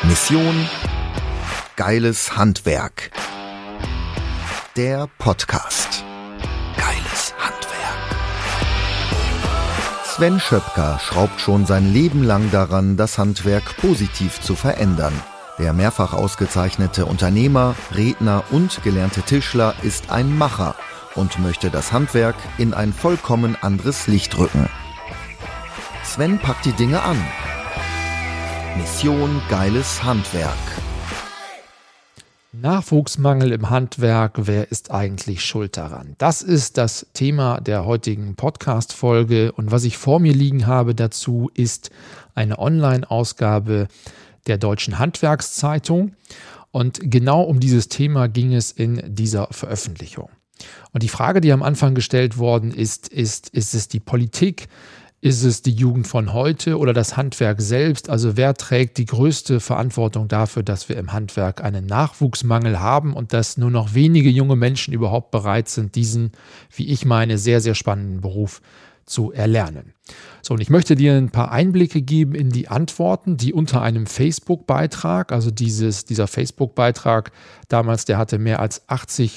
Mission Geiles Handwerk. Der Podcast. Geiles Handwerk. Sven Schöpker schraubt schon sein Leben lang daran, das Handwerk positiv zu verändern. Der mehrfach ausgezeichnete Unternehmer, Redner und gelernte Tischler ist ein Macher und möchte das Handwerk in ein vollkommen anderes Licht rücken. Sven packt die Dinge an. Mission Geiles Handwerk. Nachwuchsmangel im Handwerk, wer ist eigentlich schuld daran? Das ist das Thema der heutigen Podcast-Folge und was ich vor mir liegen habe dazu ist eine Online-Ausgabe der Deutschen Handwerkszeitung und genau um dieses Thema ging es in dieser Veröffentlichung. Und die Frage, die am Anfang gestellt worden ist es die Politik? Ist es die Jugend von heute oder das Handwerk selbst? Also wer trägt die größte Verantwortung dafür, dass wir im Handwerk einen Nachwuchsmangel haben und dass nur noch wenige junge Menschen überhaupt bereit sind, diesen, wie ich meine, sehr, sehr spannenden Beruf zu erlernen? So, und ich möchte dir ein paar Einblicke geben in die Antworten, die unter einem Facebook-Beitrag, also dieser Facebook-Beitrag damals, der hatte mehr als 80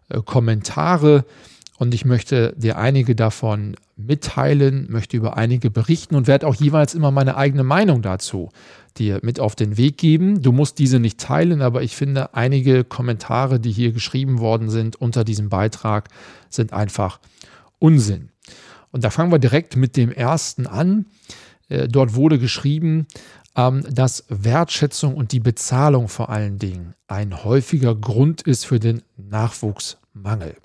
Kommentare und ich möchte dir einige davon mitteilen, möchte über einige berichten und werde auch jeweils immer meine eigene Meinung dazu dir mit auf den Weg geben. Du musst diese nicht teilen, aber ich finde, einige Kommentare, die hier geschrieben worden sind unter diesem Beitrag, sind einfach Unsinn. Und da fangen wir direkt mit dem ersten an. Dort wurde geschrieben, dass Wertschätzung und die Bezahlung vor allen Dingen ein häufiger Grund ist für den Nachwuchsmangel.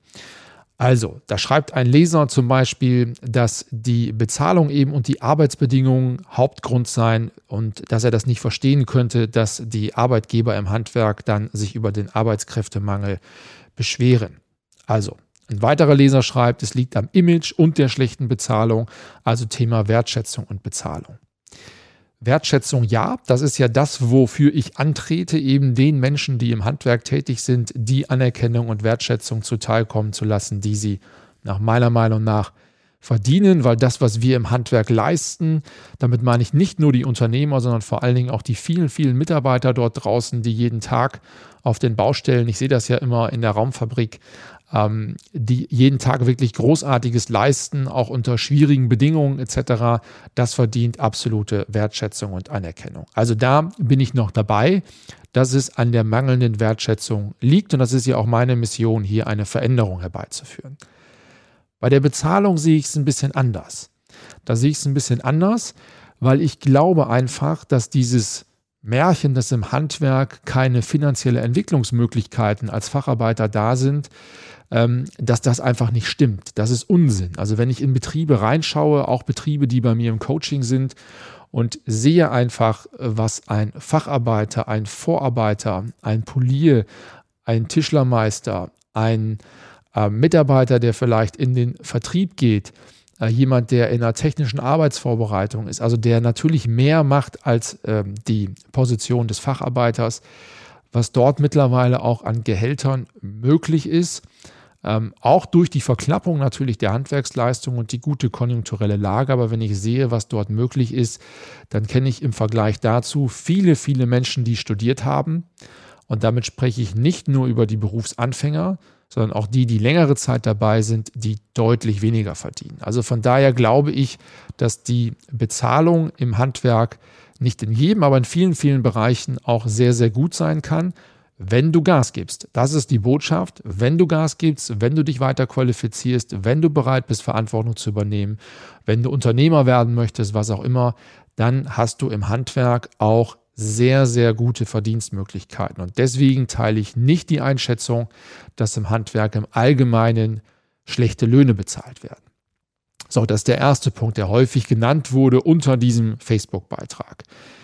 Also, da schreibt ein Leser zum Beispiel, dass die Bezahlung eben und die Arbeitsbedingungen Hauptgrund seien und dass er das nicht verstehen könnte, dass die Arbeitgeber im Handwerk dann sich über den Arbeitskräftemangel beschweren. Also, ein weiterer Leser schreibt, es liegt am Image und der schlechten Bezahlung, also Thema Wertschätzung und Bezahlung. Wertschätzung, ja, das ist ja das, wofür ich antrete, eben den Menschen, die im Handwerk tätig sind, die Anerkennung und Wertschätzung zuteilkommen zu lassen, die sie nach meiner Meinung nach verdienen, weil das, was wir im Handwerk leisten, damit meine ich nicht nur die Unternehmer, sondern vor allen Dingen auch die vielen, vielen Mitarbeiter dort draußen, die jeden Tag auf den Baustellen, ich sehe das ja immer in der Raumfabrik, die jeden Tag wirklich Großartiges leisten, auch unter schwierigen Bedingungen etc., das verdient absolute Wertschätzung und Anerkennung. Also da bin ich noch dabei, dass es an der mangelnden Wertschätzung liegt und das ist ja auch meine Mission, hier eine Veränderung herbeizuführen. Bei der Bezahlung sehe ich es ein bisschen anders. Da sehe ich es ein bisschen anders, weil ich glaube einfach, dass dieses Märchen, dass im Handwerk keine finanzielle Entwicklungsmöglichkeiten als Facharbeiter da sind, dass das einfach nicht stimmt. Das ist Unsinn. Also wenn ich in Betriebe reinschaue, auch Betriebe, die bei mir im Coaching sind und sehe einfach, was ein Facharbeiter, ein Vorarbeiter, ein Polier, ein Tischlermeister, ein Mitarbeiter, der vielleicht in den Vertrieb geht, jemand, der in einer technischen Arbeitsvorbereitung ist, also der natürlich mehr macht als die Position des Facharbeiters, was dort mittlerweile auch an Gehältern möglich ist, auch durch die Verknappung natürlich der Handwerksleistung und die gute konjunkturelle Lage. Aber wenn ich sehe, was dort möglich ist, dann kenne ich im Vergleich dazu viele, viele Menschen, die studiert haben. Und damit spreche ich nicht nur über die Berufsanfänger, sondern auch die, die längere Zeit dabei sind, die deutlich weniger verdienen. Also von daher glaube ich, dass die Bezahlung im Handwerk nicht in jedem, aber in vielen, vielen Bereichen auch sehr, sehr gut sein kann, wenn du Gas gibst. Das ist die Botschaft. Wenn du Gas gibst, wenn du dich weiter qualifizierst, wenn du bereit bist, Verantwortung zu übernehmen, wenn du Unternehmer werden möchtest, was auch immer, dann hast du im Handwerk auch sehr, sehr gute Verdienstmöglichkeiten. Und deswegen teile ich nicht die Einschätzung, dass im Handwerk im Allgemeinen schlechte Löhne bezahlt werden. So, das ist der erste Punkt, der häufig genannt wurde unter diesem Facebook-Beitrag.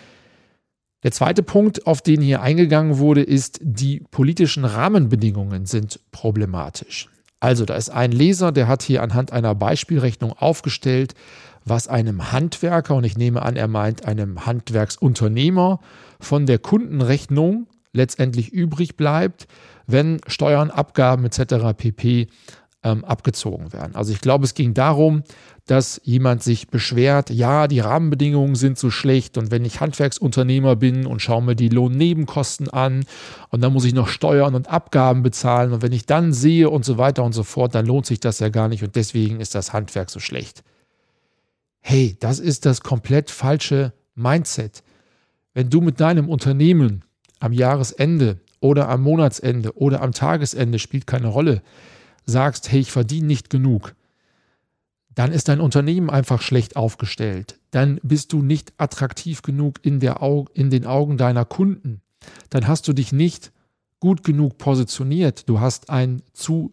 Der zweite Punkt, auf den hier eingegangen wurde, ist, die politischen Rahmenbedingungen sind problematisch. Also, da ist ein Leser, der hat hier anhand einer Beispielrechnung aufgestellt, was einem Handwerker, und ich nehme an, er meint einem Handwerksunternehmer, von der Kundenrechnung letztendlich übrig bleibt, wenn Steuern, Abgaben etc. pp. abgezogen werden. Also ich glaube, es ging darum, dass jemand sich beschwert, ja, die Rahmenbedingungen sind so schlecht und wenn ich Handwerksunternehmer bin und schaue mir die Lohnnebenkosten an und dann muss ich noch Steuern und Abgaben bezahlen und wenn ich dann sehe und so weiter und so fort, dann lohnt sich das ja gar nicht und deswegen ist das Handwerk so schlecht. Hey, das ist das komplett falsche Mindset. Wenn du mit deinem Unternehmen am Jahresende oder am Monatsende oder am Tagesende, spielt keine Rolle, sagst, hey, ich verdiene nicht genug, dann ist dein Unternehmen einfach schlecht aufgestellt. Dann bist du nicht attraktiv genug in den Augen deiner Kunden. Dann hast du dich nicht gut genug positioniert. Du hast einen zu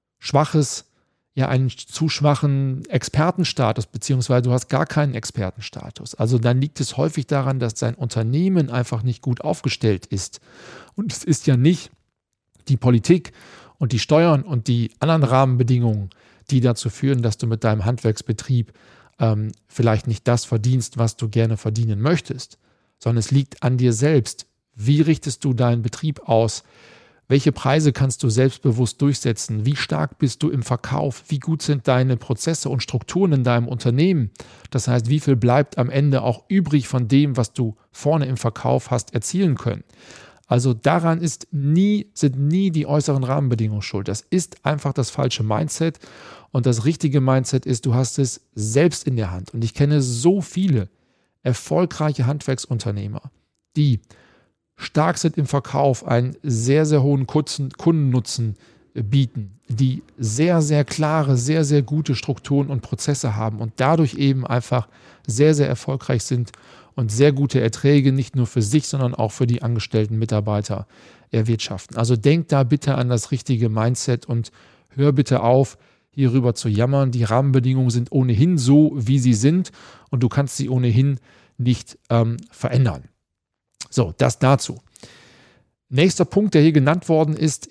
schwachen Expertenstatus, beziehungsweise du hast gar keinen Expertenstatus. Also dann liegt es häufig daran, dass dein Unternehmen einfach nicht gut aufgestellt ist. Und es ist ja nicht die Politik und die Steuern und die anderen Rahmenbedingungen, die dazu führen, dass du mit deinem Handwerksbetrieb vielleicht nicht das verdienst, was du gerne verdienen möchtest, sondern es liegt an dir selbst. Wie richtest du deinen Betrieb aus? Welche Preise kannst du selbstbewusst durchsetzen? Wie stark bist du im Verkauf? Wie gut sind deine Prozesse und Strukturen in deinem Unternehmen? Das heißt, wie viel bleibt am Ende auch übrig von dem, was du vorne im Verkauf hast erzielen können? Also daran sind nie die äußeren Rahmenbedingungen schuld. Das ist einfach das falsche Mindset. Und das richtige Mindset ist, du hast es selbst in der Hand. Und ich kenne so viele erfolgreiche Handwerksunternehmer, die stark sind im Verkauf, einen sehr, sehr hohen Kundennutzen bieten, die sehr, sehr klare, sehr, sehr gute Strukturen und Prozesse haben und dadurch eben einfach sehr, sehr erfolgreich sind und sehr gute Erträge nicht nur für sich, sondern auch für die angestellten Mitarbeiter erwirtschaften. Also denk da bitte an das richtige Mindset und hör bitte auf, hierüber zu jammern. Die Rahmenbedingungen sind ohnehin so, wie sie sind und du kannst sie ohnehin nicht verändern. So, das dazu. Nächster Punkt, der hier genannt worden ist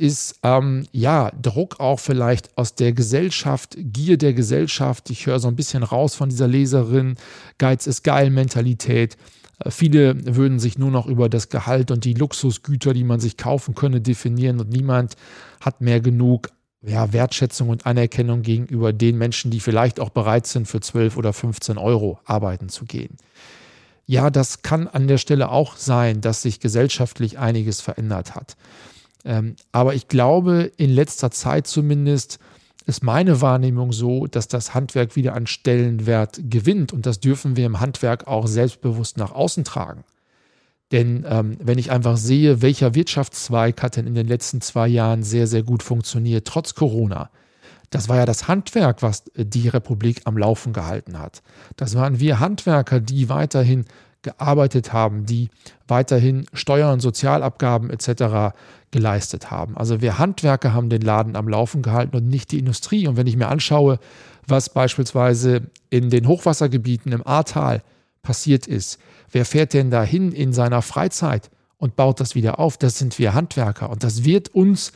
Druck auch vielleicht aus der Gesellschaft, Gier der Gesellschaft. Ich höre so ein bisschen raus von dieser Leserin, Geiz ist geil Mentalität. Viele würden sich nur noch über das Gehalt und die Luxusgüter, die man sich kaufen könne, definieren und niemand hat mehr genug Wertschätzung und Anerkennung gegenüber den Menschen, die vielleicht auch bereit sind, für 12 oder 15 Euro arbeiten zu gehen. Ja, das kann an der Stelle auch sein, dass sich gesellschaftlich einiges verändert hat. Aber ich glaube, in letzter Zeit zumindest ist meine Wahrnehmung so, dass das Handwerk wieder an Stellenwert gewinnt. Und das dürfen wir im Handwerk auch selbstbewusst nach außen tragen. Denn wenn ich einfach sehe, welcher Wirtschaftszweig hat denn in den letzten 2 Jahren sehr, sehr gut funktioniert, trotz Corona. Das war ja das Handwerk, was die Republik am Laufen gehalten hat. Das waren wir Handwerker, die weiterhin gearbeitet haben, die weiterhin Steuern, Sozialabgaben etc. geleistet haben. Also wir Handwerker haben den Laden am Laufen gehalten und nicht die Industrie. Und wenn ich mir anschaue, was beispielsweise in den Hochwassergebieten im Ahrtal passiert ist, wer fährt denn dahin in seiner Freizeit und baut das wieder auf? Das sind wir Handwerker. Und das wird uns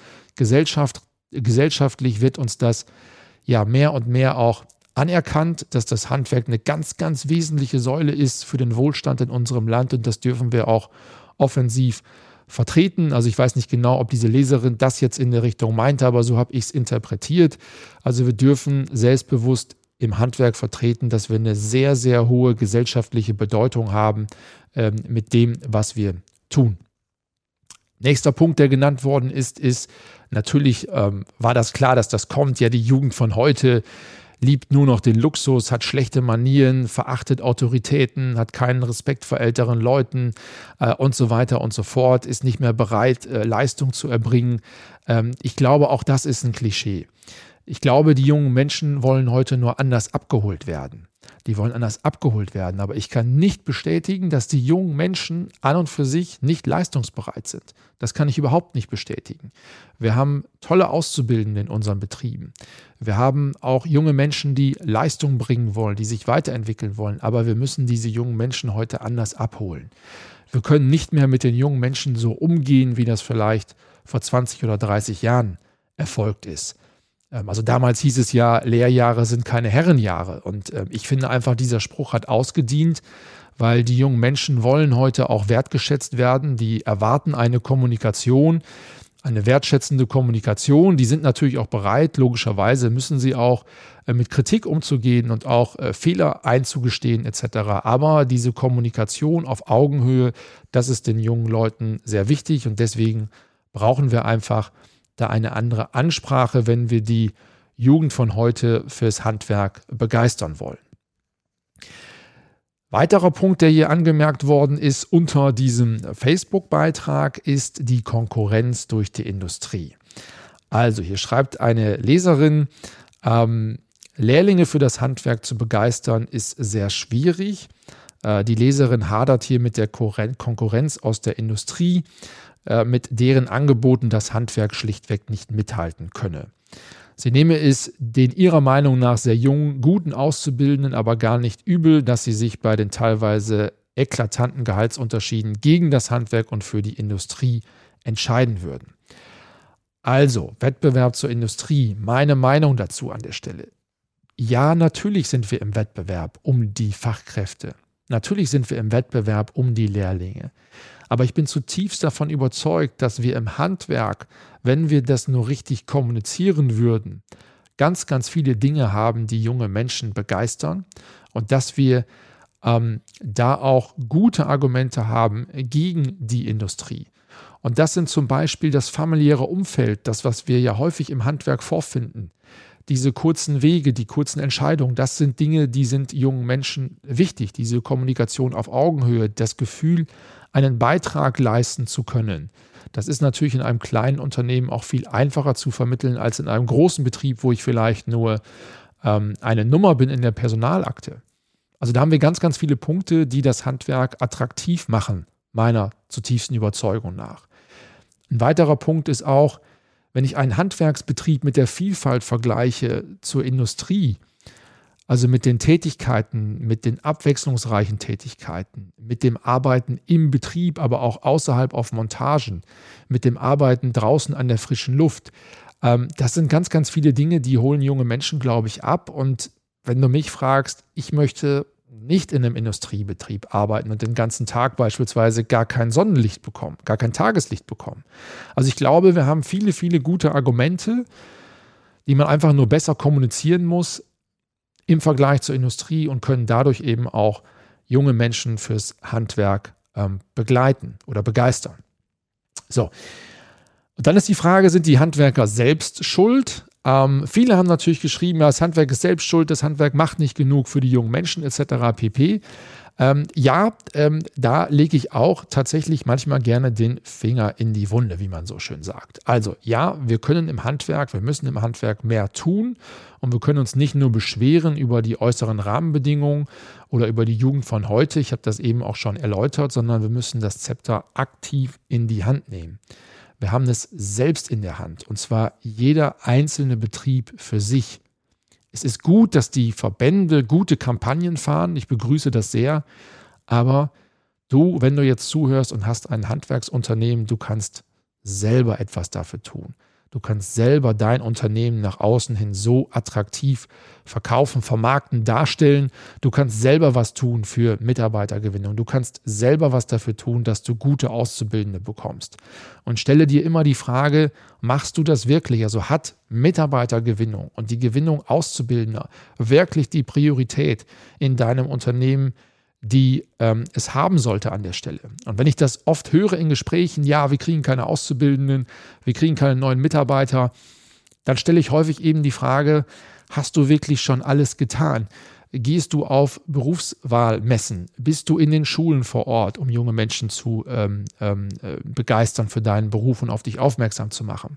gesellschaftlich wird uns das mehr und mehr auch anerkannt, dass das Handwerk eine ganz, ganz wesentliche Säule ist für den Wohlstand in unserem Land und das dürfen wir auch offensiv vertreten. Also ich weiß nicht genau, ob diese Leserin das jetzt in der Richtung meinte, aber so habe ich es interpretiert. Also wir dürfen selbstbewusst im Handwerk vertreten, dass wir eine sehr, sehr hohe gesellschaftliche Bedeutung haben mit dem, was wir tun. Nächster Punkt, der genannt worden ist natürlich war das klar, dass das kommt. Ja, die Jugend von heute liebt nur noch den Luxus, hat schlechte Manieren, verachtet Autoritäten, hat keinen Respekt vor älteren Leuten und so weiter und so fort, ist nicht mehr bereit, Leistung zu erbringen. Ich glaube, auch das ist ein Klischee. Ich glaube, die jungen Menschen wollen heute nur anders abgeholt werden. Die wollen anders abgeholt werden, aber ich kann nicht bestätigen, dass die jungen Menschen an und für sich nicht leistungsbereit sind. Das kann ich überhaupt nicht bestätigen. Wir haben tolle Auszubildende in unseren Betrieben. Wir haben auch junge Menschen, die Leistung bringen wollen, die sich weiterentwickeln wollen, aber wir müssen diese jungen Menschen heute anders abholen. Wir können nicht mehr mit den jungen Menschen so umgehen, wie das vielleicht vor 20 oder 30 Jahren erfolgt ist. Also damals hieß es ja, Lehrjahre sind keine Herrenjahre. Und ich finde einfach, dieser Spruch hat ausgedient, weil die jungen Menschen wollen heute auch wertgeschätzt werden. Die erwarten eine Kommunikation, eine wertschätzende Kommunikation. Die sind natürlich auch bereit, logischerweise müssen sie auch mit Kritik umzugehen und auch Fehler einzugestehen etc. Aber diese Kommunikation auf Augenhöhe, das ist den jungen Leuten sehr wichtig und deswegen brauchen wir einfach da eine andere Ansprache, wenn wir die Jugend von heute fürs Handwerk begeistern wollen. Weiterer Punkt, der hier angemerkt worden ist unter diesem Facebook-Beitrag, ist die Konkurrenz durch die Industrie. Also hier schreibt eine Leserin, Lehrlinge für das Handwerk zu begeistern ist sehr schwierig. Die Leserin hadert hier mit der Konkurrenz aus der Industrie, mit deren Angeboten das Handwerk schlichtweg nicht mithalten könne. Sie nehme es den ihrer Meinung nach sehr jungen, guten Auszubildenden aber gar nicht übel, dass sie sich bei den teilweise eklatanten Gehaltsunterschieden gegen das Handwerk und für die Industrie entscheiden würden. Also, Wettbewerb zur Industrie, meine Meinung dazu an der Stelle. Ja, natürlich sind wir im Wettbewerb um die Fachkräfte. Natürlich sind wir im Wettbewerb um die Lehrlinge. Aber ich bin zutiefst davon überzeugt, dass wir im Handwerk, wenn wir das nur richtig kommunizieren würden, ganz, ganz viele Dinge haben, die junge Menschen begeistern und dass wir da auch gute Argumente haben gegen die Industrie. Und das sind zum Beispiel das familiäre Umfeld, das, was wir ja häufig im Handwerk vorfinden. Diese kurzen Wege, die kurzen Entscheidungen, das sind Dinge, die sind jungen Menschen wichtig. Diese Kommunikation auf Augenhöhe, das Gefühl, einen Beitrag leisten zu können. Das ist natürlich in einem kleinen Unternehmen auch viel einfacher zu vermitteln als in einem großen Betrieb, wo ich vielleicht nur eine Nummer bin in der Personalakte. Also da haben wir ganz, ganz viele Punkte, die das Handwerk attraktiv machen, meiner zutiefsten Überzeugung nach. Ein weiterer Punkt ist auch, wenn ich einen Handwerksbetrieb mit der Vielfalt vergleiche zur Industrie, also mit den Tätigkeiten, mit den abwechslungsreichen Tätigkeiten, mit dem Arbeiten im Betrieb, aber auch außerhalb auf Montagen, mit dem Arbeiten draußen an der frischen Luft. Das sind ganz, ganz viele Dinge, die holen junge Menschen, glaube ich, ab. Und wenn du mich fragst, ich möchte nicht in einem Industriebetrieb arbeiten und den ganzen Tag beispielsweise gar kein Sonnenlicht bekommen, gar kein Tageslicht bekommen. Also ich glaube, wir haben viele, viele gute Argumente, die man einfach nur besser kommunizieren muss im Vergleich zur Industrie und können dadurch eben auch junge Menschen fürs Handwerk begleiten oder begeistern. So, und dann ist die Frage, sind die Handwerker selbst schuld? Viele haben natürlich geschrieben, ja, das Handwerk ist selbst schuld, das Handwerk macht nicht genug für die jungen Menschen etc. pp. Da lege ich auch tatsächlich manchmal gerne den Finger in die Wunde, wie man so schön sagt. Also ja, wir müssen im Handwerk mehr tun und wir können uns nicht nur beschweren über die äußeren Rahmenbedingungen oder über die Jugend von heute, ich habe das eben auch schon erläutert, sondern wir müssen das Zepter aktiv in die Hand nehmen. Wir haben es selbst in der Hand und zwar jeder einzelne Betrieb für sich. Es ist gut, dass die Verbände gute Kampagnen fahren. Ich begrüße das sehr. Aber du, wenn du jetzt zuhörst und hast ein Handwerksunternehmen, du kannst selber etwas dafür tun. Du kannst selber dein Unternehmen nach außen hin so attraktiv verkaufen, vermarkten, darstellen. Du kannst selber was tun für Mitarbeitergewinnung. Du kannst selber was dafür tun, dass du gute Auszubildende bekommst. Und stelle dir immer die Frage, machst du das wirklich? Also hat Mitarbeitergewinnung und die Gewinnung Auszubildender wirklich die Priorität in deinem Unternehmen, die es haben sollte an der Stelle. Und wenn ich das oft höre in Gesprächen, ja, wir kriegen keine Auszubildenden, wir kriegen keine neuen Mitarbeiter, dann stelle ich häufig eben die Frage, hast du wirklich schon alles getan? Gehst du auf Berufswahlmessen? Bist du in den Schulen vor Ort, um junge Menschen zu begeistern für deinen Beruf und auf dich aufmerksam zu machen?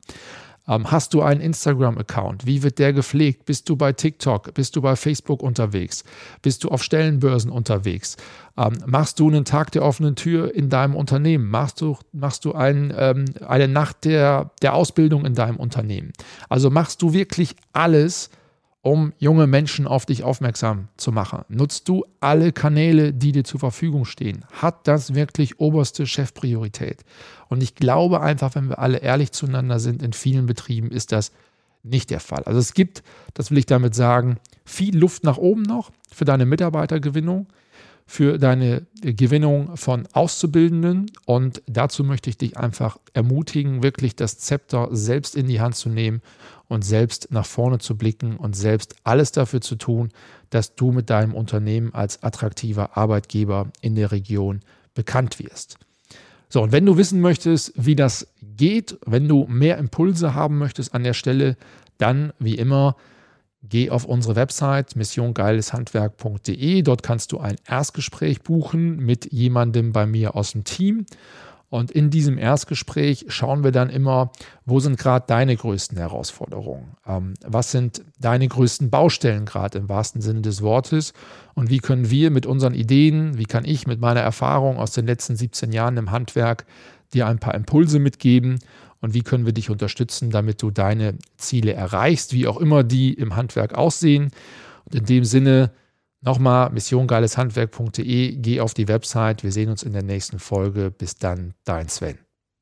Hast du einen Instagram-Account? Wie wird der gepflegt? Bist du bei TikTok? Bist du bei Facebook unterwegs? Bist du auf Stellenbörsen unterwegs? Machst du einen Tag der offenen Tür in deinem Unternehmen? Machst du eine Nacht der Ausbildung in deinem Unternehmen? Also machst du wirklich alles, um junge Menschen auf dich aufmerksam zu machen? Nutzt du alle Kanäle, die dir zur Verfügung stehen? Hat das wirklich oberste Chefpriorität? Und ich glaube einfach, wenn wir alle ehrlich zueinander sind, in vielen Betrieben ist das nicht der Fall. Also es gibt, das will ich damit sagen, viel Luft nach oben noch für deine Mitarbeitergewinnung, für deine Gewinnung von Auszubildenden. Und dazu möchte ich dich einfach ermutigen, wirklich das Zepter selbst in die Hand zu nehmen und selbst nach vorne zu blicken und selbst alles dafür zu tun, dass du mit deinem Unternehmen als attraktiver Arbeitgeber in der Region bekannt wirst. So, und wenn du wissen möchtest, wie das geht, wenn du mehr Impulse haben möchtest an der Stelle, dann wie immer, geh auf unsere Website missiongeileshandwerk.de. Dort kannst du ein Erstgespräch buchen mit jemandem bei mir aus dem Team. Und in diesem Erstgespräch schauen wir dann immer, wo sind gerade deine größten Herausforderungen? Was sind deine größten Baustellen gerade im wahrsten Sinne des Wortes? Und wie können wir mit unseren Ideen, wie kann ich mit meiner Erfahrung aus den letzten 17 Jahren im Handwerk dir ein paar Impulse mitgeben? Und wie können wir dich unterstützen, damit du deine Ziele erreichst, wie auch immer die im Handwerk aussehen. Und in dem Sinne nochmal missiongeileshandwerk.de, geh auf die Website. Wir sehen uns in der nächsten Folge. Bis dann, dein Sven.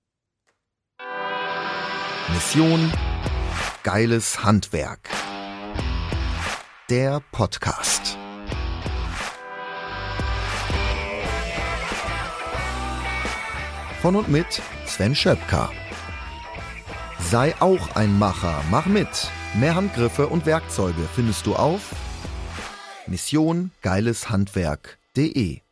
Mission Geiles Handwerk. Der Podcast. Von und mit Sven Schöpker. Sei auch ein Macher, mach mit. Mehr Handgriffe und Werkzeuge findest du auf missiongeileshandwerk.de.